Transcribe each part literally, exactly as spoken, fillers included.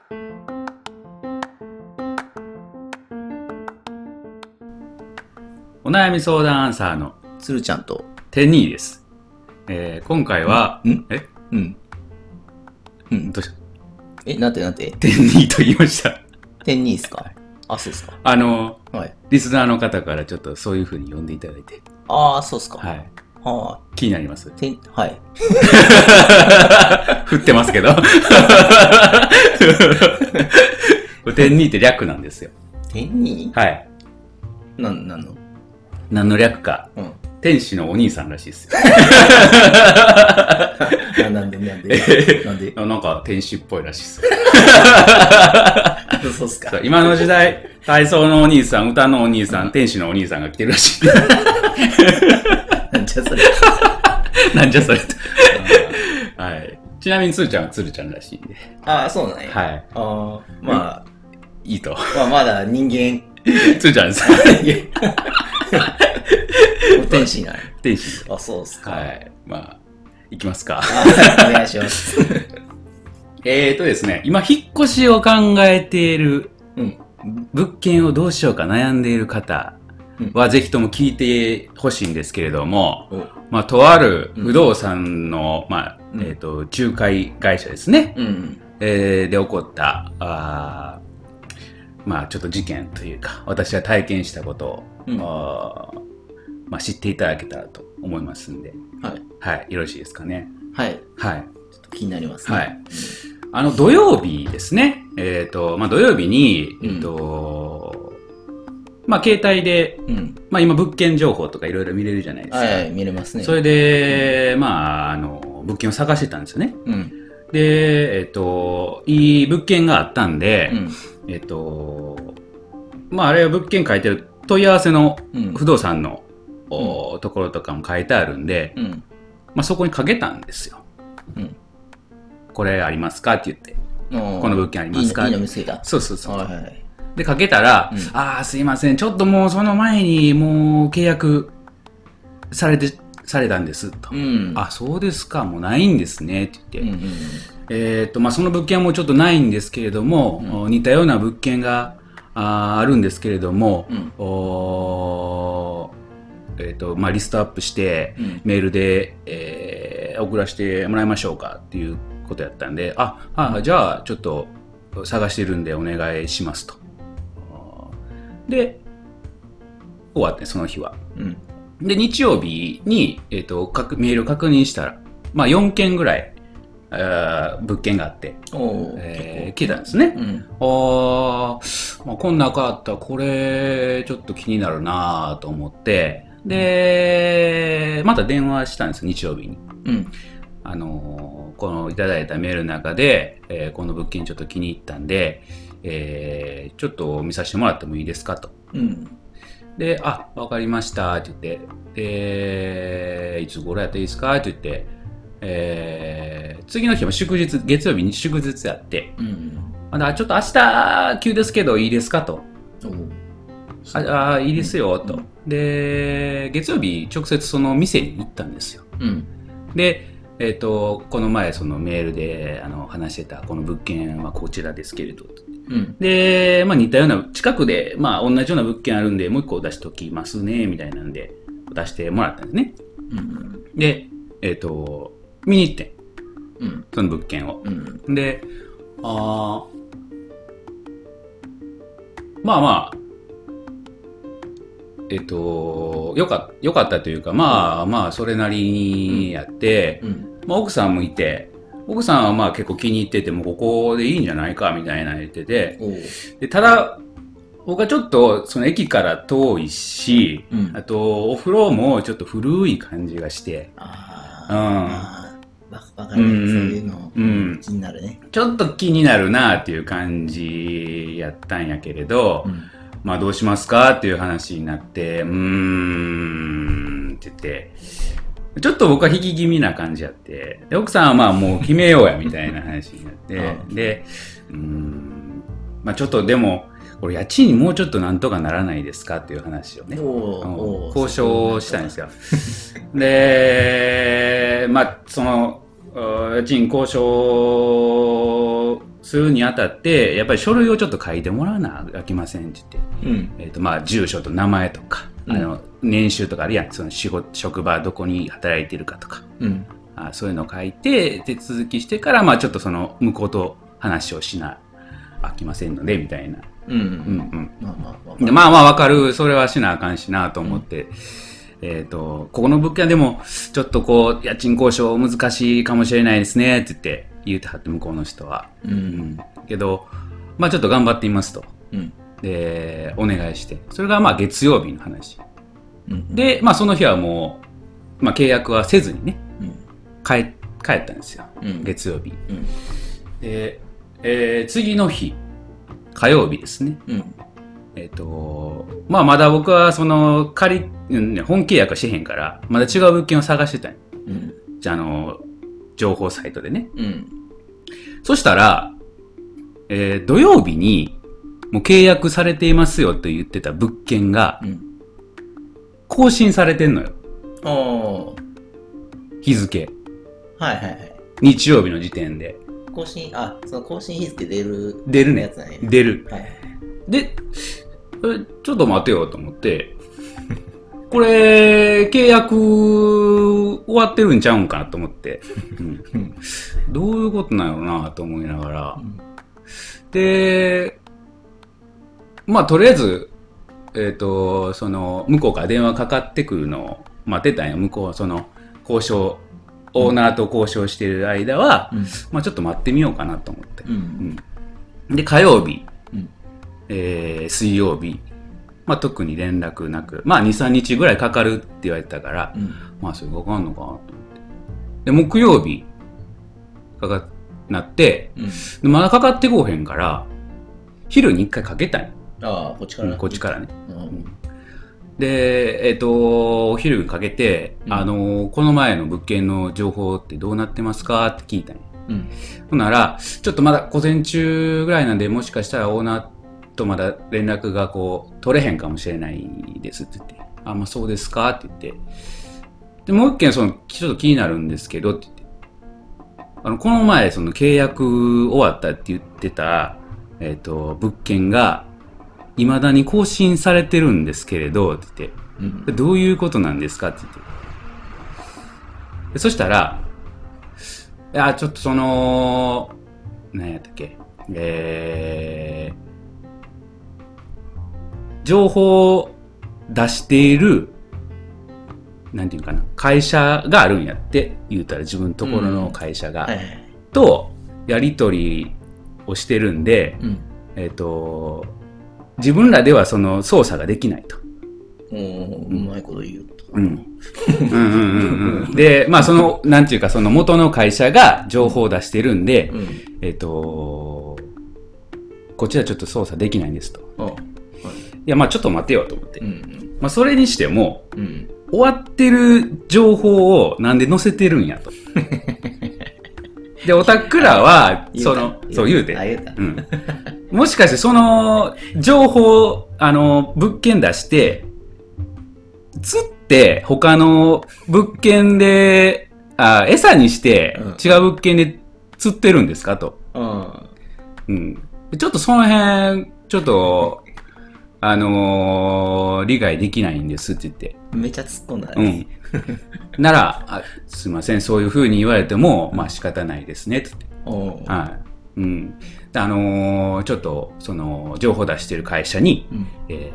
お悩み相談アンサーのつるちゃんとテニーです。えー、今回は、 んえうんうんどうした？ え、なんてなんてテニーと言いました。 テンニーっすか？あ、そうっすか。 あの、 はい。 リスナーの方からちょっとそういう風に呼んでいただいて。 ああ、そうっすか。 はい。 は気になります。 い。テン、はい。 振ってますけど。テニーって略なんですよ。 テンニはい。 ーなん、なんの何の略か。 うん。 天使のお兄さんらしいですよ。 ななんでなんでなんでなんか天使っぽいらしいです。 そうっすか。 今の時代、体操のお兄さん、歌のお兄さん、天使のお兄さんが来てるらしい。 なんじゃそれ。 なんじゃそれと。はい。ちなみにつーちゃんはつるちゃんらしいんで。 ああ、そうなんや。 はい。 ああ、まあ、 いいと。 まあ、まだ人間。 つーちゃんです。 天使なんや。 天使。 あ、そうっすか。 はい。まあ、行きますか。 お願いします。 えーとですね、今、引っ越しを考えている、 うん。 物件をどうしようか悩んでいる方は、ぜひとも聞いてほしいんですけれども、 うん、 まあ、とある不動産の、うん、まあ、 うん、 えっと、仲介会社ですね。 うん。 えー、で起こった、あまあ、ちょっと事件というか、私が体験したことを、うん、あまあ、知っていただけたらと思いますんで、 はい。 はい。よろしいですかね。 はい。 はい。 ちょっと気になりますね。 はい。あの、土曜日ですね。えっと、まあ、土曜日に、えっと、うん、まあ、携帯で、うん、まあ、今、物件情報とかいろいろ見れるじゃないですか。 はい、はい、見れますね。 それで、うん、まあ、あの、物件を探してたんですよね。うん、で、えっと、いい物件があったんで、うん、えっと、まあ、あれは物件書いてる問い合わせの不動産の、うん、ところとかも書いてあるんで、うん、まあ、そこにかけたんですよ。うん、これありますかって言って、この物件ありますか？ いいの見つけた。 そうそうそう。 はいはい、 で、かけたら、うん、ああ、すいません、ちょっともうその前にもう契約されて、されたんですと。うん、あ、そうですか、もうないんですね、って言って。うんうん、えっと、まあ、その物件はもうちょっとないんですけれども、うん、似たような物件が あ, あるんですけれども、うん、おえっと、まあ、リストアップして、うん、メールで、えー、送らせてもらいましょうかっていうことやったんで、あ、あ、じゃあ、ちょっと探してるんでお願いしますと。で、終わって、その日は。うん、で、日曜日に、えっと、メールを確認したら、まあ、よんけんぐらい、物件があって、えー、聞いたんですね。うん、あ、まあ、こんな中あったら、これ、ちょっと気になるなと思って、で、また電話したんです、日曜日に。うん、あの、このいただいたメールの中で、えー、この物件ちょっと気に入ったんで、えー、ちょっと見させてもらってもいいですかと。うん、で、あ、わかりましたって言って、で、いつ頃やったらいいですかって言って、えー、次の日も祝日、月曜日に祝日やって、うん、あ、ちょっと明日急ですけどいいですかと。ああ、いいですよと、うん、で、月曜日直接その店に行ったんですよ。うん、で、えっと、この前そのメールであの話してたこの物件はこちらですけれど、うん、で、まあ、似たような近くで、まあ、同じような物件あるんでもう一個出しときますねみたいなんで出してもらったんですね。うん、で、えっと見に行って、うん、その物件を、うん、で、あまあまあえっとよかよかったというか、まあまあそれなりにやって、うんうん、まあ、奥さんもいて、奥さんはまあ結構気に入っててもここでいいんじゃないかみたいな言ってて、でただ僕はちょっとその駅から遠いし、うん、あとお風呂もちょっと古い感じがして、あうん、わかるね、うん、そういうの、うん、気になるね。 ちょっと気になるなっていう感じやったんやけれど、うん、まあどうしますかっていう話になって、うーんって言って、ちょっと僕は引き気味な感じやって、で奥さんはまあもう決めようやみたいな話になって、で、うーん、まあちょっとでも、これ家賃もうちょっとなんとかならないですかっていう話をね、交渉したんですよ。で、まあその家賃交渉するにあたって、やっぱり書類をちょっと書いてもらわなあきませんって言って、うん、えっと、まあ、住所と名前とか、うん、あの、年収とかあるやん、その仕事、職場どこに働いてるかとか、うん、あそういうのを書いて、手続きしてから、まあ、ちょっとその、向こうと話をしなあきませんので、みたいな。うんうんうん。まあまあ、まあまあ、わかる。それはしなあかんしなと思って、うん、えっと、ここの物件はでも、ちょっとこう、家賃交渉難しいかもしれないですね、って言って、言うてはって、向こうの人は。うん。うん、けど、まあちょっと頑張ってみますと。うん。で、お願いして。それがまあ月曜日の話。うん。で、まあその日はもう、まあ契約はせずにね、うん、帰、帰ったんですよ。うん、月曜日。うん。で、えー、次の日、火曜日ですね。うん。えっと、まあまだ僕はその仮、本契約はしへんから、まだ違う物件を探してたん、うん、じゃあ、あの、情報サイトでね。うん。そしたら、えー、土曜日にもう契約されていますよと言ってた物件が、更新されてんのよ。おー。日付。はいはいはい。日曜日の時点で。 更新、あ、その更新日付出る。 出るね。やつなんや。出る。はい。で、ちょっと待てよと思って、これ、契約終わってるんちゃうんかなと思って、うん、どういうことなのなと思いながら、うん、で、まあとりあえず、えっと、その、向こうから電話かかってくるのを待ってたんや。向こうはその、交渉、オーナーと交渉してる間は、うん、まあちょっと待ってみようかなと思って。うんうん、で、火曜日、うんえー、水曜日、まあ特に連絡なく、まあに、さんにちぐらいかかるって言われてたから、うん、まあそれかかんのかなと思って。で、木曜日、かかっ、なって、うん、まだかかってこうへんから、昼に一回かけたんよ。 ああ、こっちから、 うん、こっちからね。うん、で、えっと、お昼かけて、うん、あの、この前の物件の情報ってどうなってますかって聞いたんよ。うん。ほんなら、ちょっとまだ午前中ぐらいなんで、もしかしたらオーナーとまだ連絡がこう、取れへんかもしれないですって言って、あ、まあそうですかって言って、で、もう一件その、ちょっと気になるんですけどって言って、あの、この前その契約終わったって言ってた、えっと、物件が、未だに更新されてるんですけれど、って言って、うん、どういうことなんですかって言って。でそしたら、いや、ちょっとその、何やったっけ、えー、情報を出している、なんていうかな、会社があるんやって、言うたら自分のところの会社が、うんはい、と、やりとりをしてるんで、うん、えっと、自分らではその操作ができないと。 おー、うまいこと言うと。 うん。うんうんうんうん。で、まあその、なんていうかその元の会社が情報を出してるんで、うん、えっと、こっちはちょっと操作できないんですと。はい、いや、まあちょっと待てよと思って。うんうん、まあそれにしても、うん、終わってる情報をなんで載せてるんやと。で、オタクらは、その、そう言うて。うん。もしかしてその情報、あの、物件出して、釣って他の物件で、あ、餌にして違う物件で釣ってるんですかと。うん。うん。ちょっとその辺、ちょっと、あのー、理解できないんですって言って。 めっちゃ突っ込んだね。 うん。なら、あすいません、そういう風に言われても、まあ仕方ないですねって言って。はい。うん。あのー、ちょっと、その、情報出してる会社に、うん、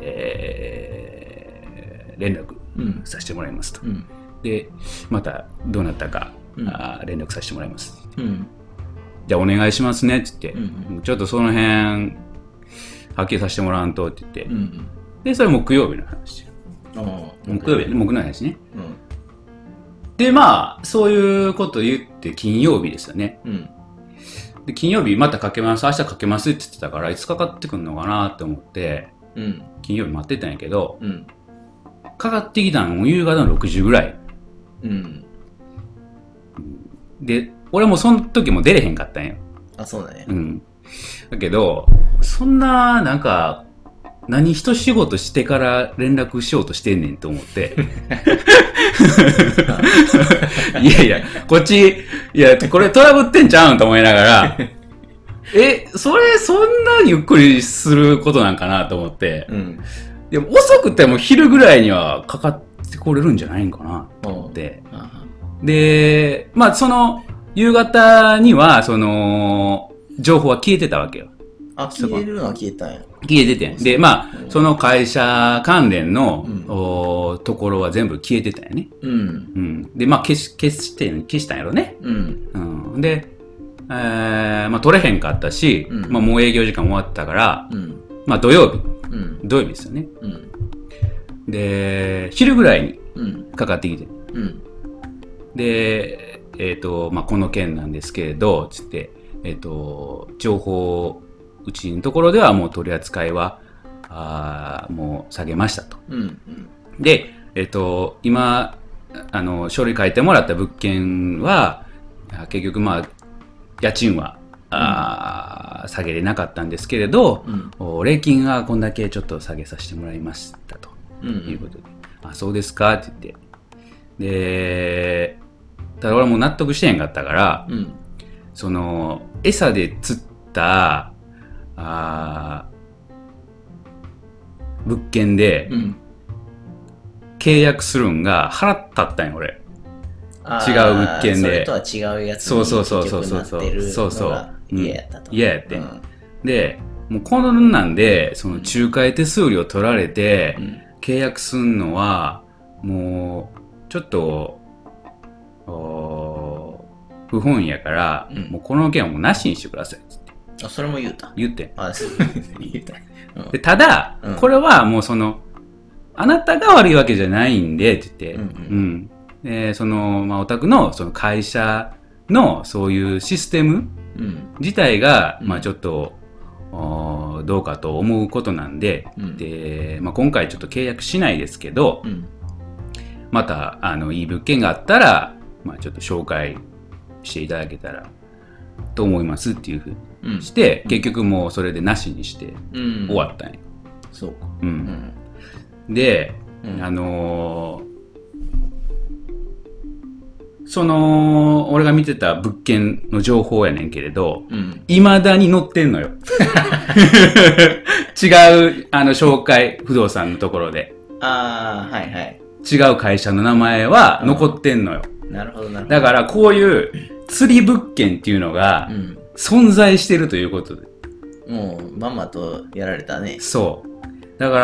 えー、連絡させてもらいますと。うん、で、また、どうなったか、うん、あ連絡させてもらいます。うん、じゃあ、お願いしますねって言って、うんうん、ちょっとその辺、はっきりさせてもらわんとって言って、うんうん、で、それ木曜日の話。木曜日、木の話ね。うん、で、まあ、そういうこと言って金曜日ですよね。うんで金曜日またかけます、明日かけますって言ってたから、いつかかってくるのかなって思って、うん、金曜日待ってたんやけど、うん、かかってきたのも夕方のろくじぐらい。うん、で、俺もその時も出れへんかったんよ。 あ、そうだね。 うん。だけど、そんな、なんか、何一仕事してから連絡しようとしてんねんと思って。 いやいや、こっち、いや、これトラブってんちゃうんと思いながら、え、それ、そんなゆっくりすることなんかなと思って、うん、でも遅くても昼ぐらいにはかかってこれるんじゃないんかなと思って、で、まあ、その、夕方には、その、情報は消えてたわけよ。 あ、消えるのは消えたんや。 消えててん。で、まあ、その会社関連の、うん、おところは全部消えてたんやね。うん。うん。で、まあ、消し、消して、消したんやろね。うん。うん。で、えー、まあ、取れへんかったし、うん、まあ、もう営業時間終わったから、うん、まあ、土曜日。うん。土曜日ですよね。うん。で、昼ぐらいにかかってきて。うん。で、えっ、ー、と、まあ、この件なんですけれど、つって、えっ、ー、と、情報、うちのところではもう取り扱いは、あもう下げましたと。うんうん、で、えっ、ー、と、今、あの、書類書いてもらった物件は、結局まあ、家賃は、あうん、下げれなかったんですけれど、うん、礼金はこんだけちょっと下げさせてもらいましたと、うんうん、いうことで、あ、そうですかって言って。で、ただ俺はもう納得してへんかったから、うん、その、餌で釣った、あ物件で、うん、契約するんが腹立ったんよ、俺。違う物件で。それとは違うやつに結局なってるのが嫌やったと。 嫌やって、うん。で、もうこのなんで、その仲介手数料取られて、うん、契約すんのは、もう、ちょっと、不本意やから、うん、もうこの件はもうなしにしてくださいっつって。 あ、それも言うた。 言って。 あ、そう言うた。 うん、でただ、うん、これはもうその、あなたが悪いわけじゃないんで、って言って、うんうんうんでその、まあ、お宅のその会社のそういうシステム自体が、うん、まあちょっと、どうかと思うことなんで、うん、で、まあ、今回ちょっと契約しないですけど、うん、また、あの、いい物件があったら、まあちょっと紹介していただけたらと思いますっていうふうにして、うん、結局もうそれでなしにして終わったんや。 そうか。 うん。で、あのー、その、俺が見てた物件の情報やねんけれど、うん、未だに載ってんのよ。違う、あの、紹介不動産のところで。 ああ、はいはい。 違う会社の名前は残ってんのよ。 なるほどなるほど。 だからこういう釣り物件っていうのが存在してるということで。 うん、もう、まんまとやられたね。 そう。だから、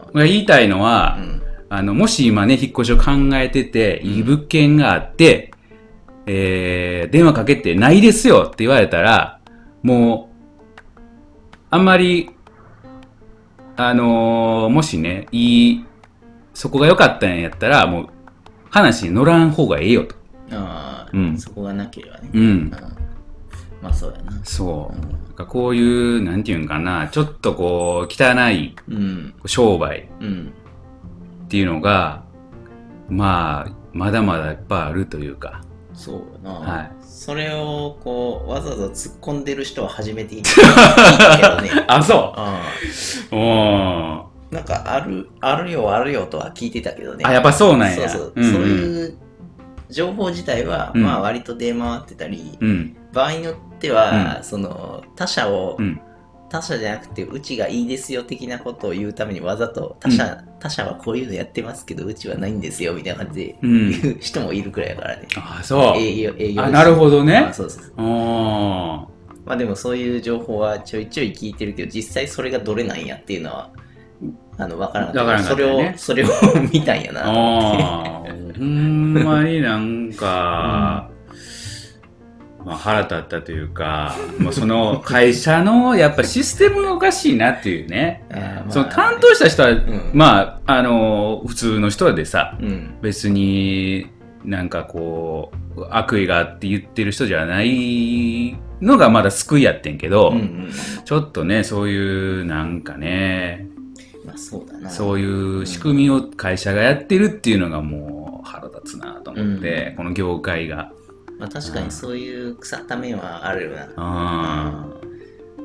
うん、言いたいのは、うんあの、もし今ね、引っ越しを考えてて、いい物件があって、えー、電話かけてないですよって言われたら、もう、あんまり、あのー、もしね、いい、そこが良かったんやったら、もう、話に乗らん方がええよと。 ああ、うん、そこがなければね。 うん。 まあそうやな。 そう。うん、なんかこういう、なんていうんかな、ちょっとこう、汚い、うん、商売。うんっていうのが、まあ、まだまだいっぱいあるというか。 そうな、はい。それを、こう、わざわざ突っ込んでる人は初めて聞いたけどね。 あ、そうおなんか、ある、あるよ、あるよとは聞いてたけどね。 あ、やっぱそうなんや。 そうそう。うんうん、そういう情報自体は、うん、まあ、割と出回ってたり、うん、場合によっては、うん、その、他者を、うん他社じゃなくてうちがいいですよ的なことを言うためにわざと他社、うん、他社はこういうのやってますけどうちはないんですよみたいな感じで言う人もいるくらいだからね。 ああそう。 営業営業あなるほどね。 あそうそうそう。あまあでもそういう情報はちょいちょい聞いてるけど実際それがどれなんやっていうのはあの分からなかった。それをそれを見たんやなと思って。 ほんまになんか。うんまあ、腹立ったというか、もうその会社のやっぱシステムがおかしいなっていうね。まあ、その担当した人は、うん、まあ、あの、普通の人でさ、うん、別になんかこう、悪意があって言ってる人じゃないのがまだ救いやってんけど、うんうん、ちょっとね、そういうなんかね、 まあそうだな。 そういう仕組みを会社がやってるっていうのがもう腹立つなと思って、うん、この業界が。 まあ確かにそういう腐った面はあるよな。ああ、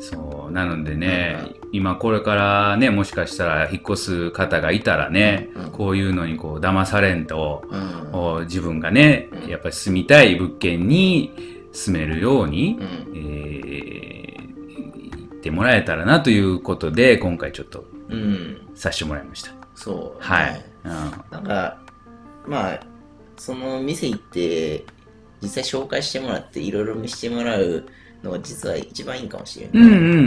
そうなのでね、うん、今これからねもしかしたら引っ越す方がいたらね、うん、こういうのにこう騙されんと、うん、自分がねやっぱり住みたい物件に住めるように、うん、えー、言ってもらえたらなということで今回ちょっとさせてもらいました。うん、 そう、ね、 はい、 うん、なんかまあその店行って実際紹介してもらっていろいろ見せてもらうのが実は一番いいかもしれない。 うんうんうんうん。うん、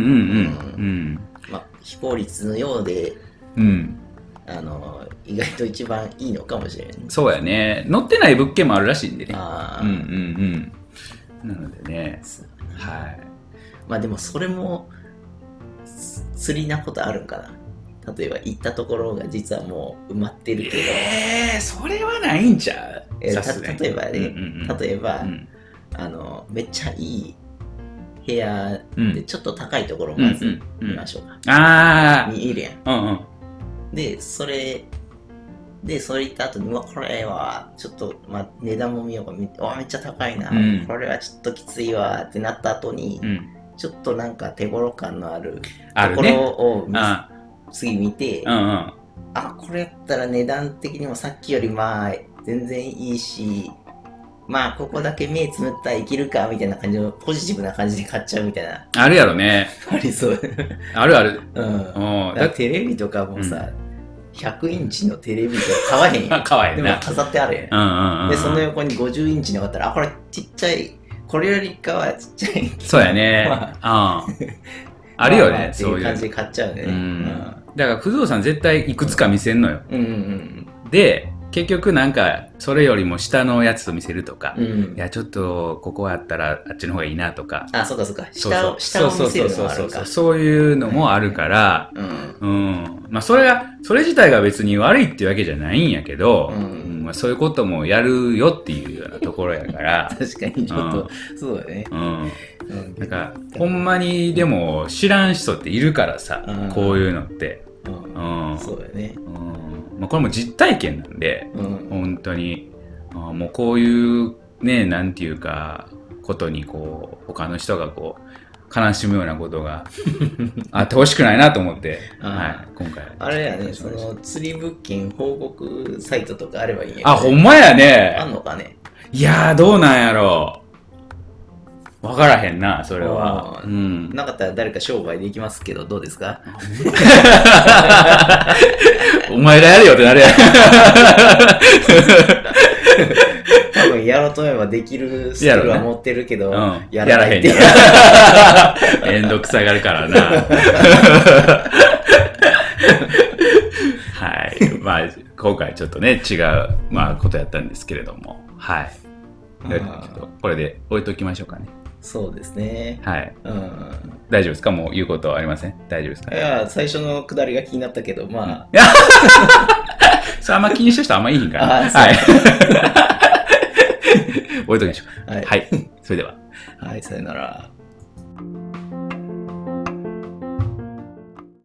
まあ非効率のようで、 うん、 あの意外と一番いいのかもしれない。 そうやね。載ってない物件もあるらしいんでね。 ああ。 うんうんうん。なのでね。はい。 まあでもそれも釣りなことあるんかな。例えば行ったところが実はもう埋まってるけど。 ええー、それはないんちゃう？ えー、例えばね、うんうんうん、例えば、うん、あのめっちゃいい部屋でちょっと高いところをまず見ましょうか。 うんうんうん、ああ。 にいるやん。 うんうん、 で、それ、で、それ言った後に、うわ、これは、ちょっと、まあ、値段も見ようか、めわめっちゃ高いな、うん、これはちょっときついわってなった後に、うん、ちょっとなんか手頃感のあるところを、ね、次見て、 うんうん、 あ、これやったら値段的にもさっきよりまあ、全然いいし、まあ、ここだけ目つむったらいけるか、みたいな感じの、ポジティブな感じで買っちゃうみたいな。 あるやろね。 ありそう。 あるある。 うん。だテレビとかもさ、うん、ひゃくインチのテレビとか買わへんやん。 買わへんな。 でも飾ってあるやん。 うんうんうん、 で、その横にごじゅうインチのがあったら、あ、これちっちゃい、これよりかはちっちゃい。 そうやね。まあ、うん。あるよね、 そういう感じで買っちゃうね。 うん。うん、だから、不動産絶対いくつか見せんのよ。 うんうんうん。 で、結局なんかそれよりも下のやつを見せるとか、 うん、 いやちょっとここやったらあっちの方がいいなとか、 あ、そうかそうか、下を下を見せるのもあるか、 そういうのもあるから、 うん、 うん、まあそれがそれ自体が別に悪いっていうわけじゃないんやけど、 うんうん、まあ、そういうこともやるよっていうようなところやから確かにちょっと、うん、そうだね、 うん、うん、なんかほんまにでも知らん人っているからさ、うん、こういうのって、 うんうん、そうだね、 うんまあ、これも実体験なんで、 うん、 本当にあもうこういうねなんていうかことにこう他の人がこう悲しむようなことがあってほしくないなと思って、はい、今回あれやね、その釣り物件報告サイトとかあればいいんやけど、 あほんまやね、 あんのかね。 いやーどうなんやろう、分からへんなそれは、うん、 なかったら誰か商売できますけどどうですかお前がやれよってなるやん多分やろうと思えばできるスキルは持ってるけど や,、ねうん、やらないってめんどくさがるからなはいまあ今回ちょっとね違う、まあ、ことやったんですけれども、はいちょっとこれで置いときましょうかね。 そうですね。 はい。 うん。 大丈夫ですか？もう言うことはありません？大丈夫ですか、ね？ いや、最初のくだりが気になったけど、まあ。 うん、それあんま気にしてる人あんまいいんかな。はい。置いときましょう。はい。はい。それでは。 はい、さよなら。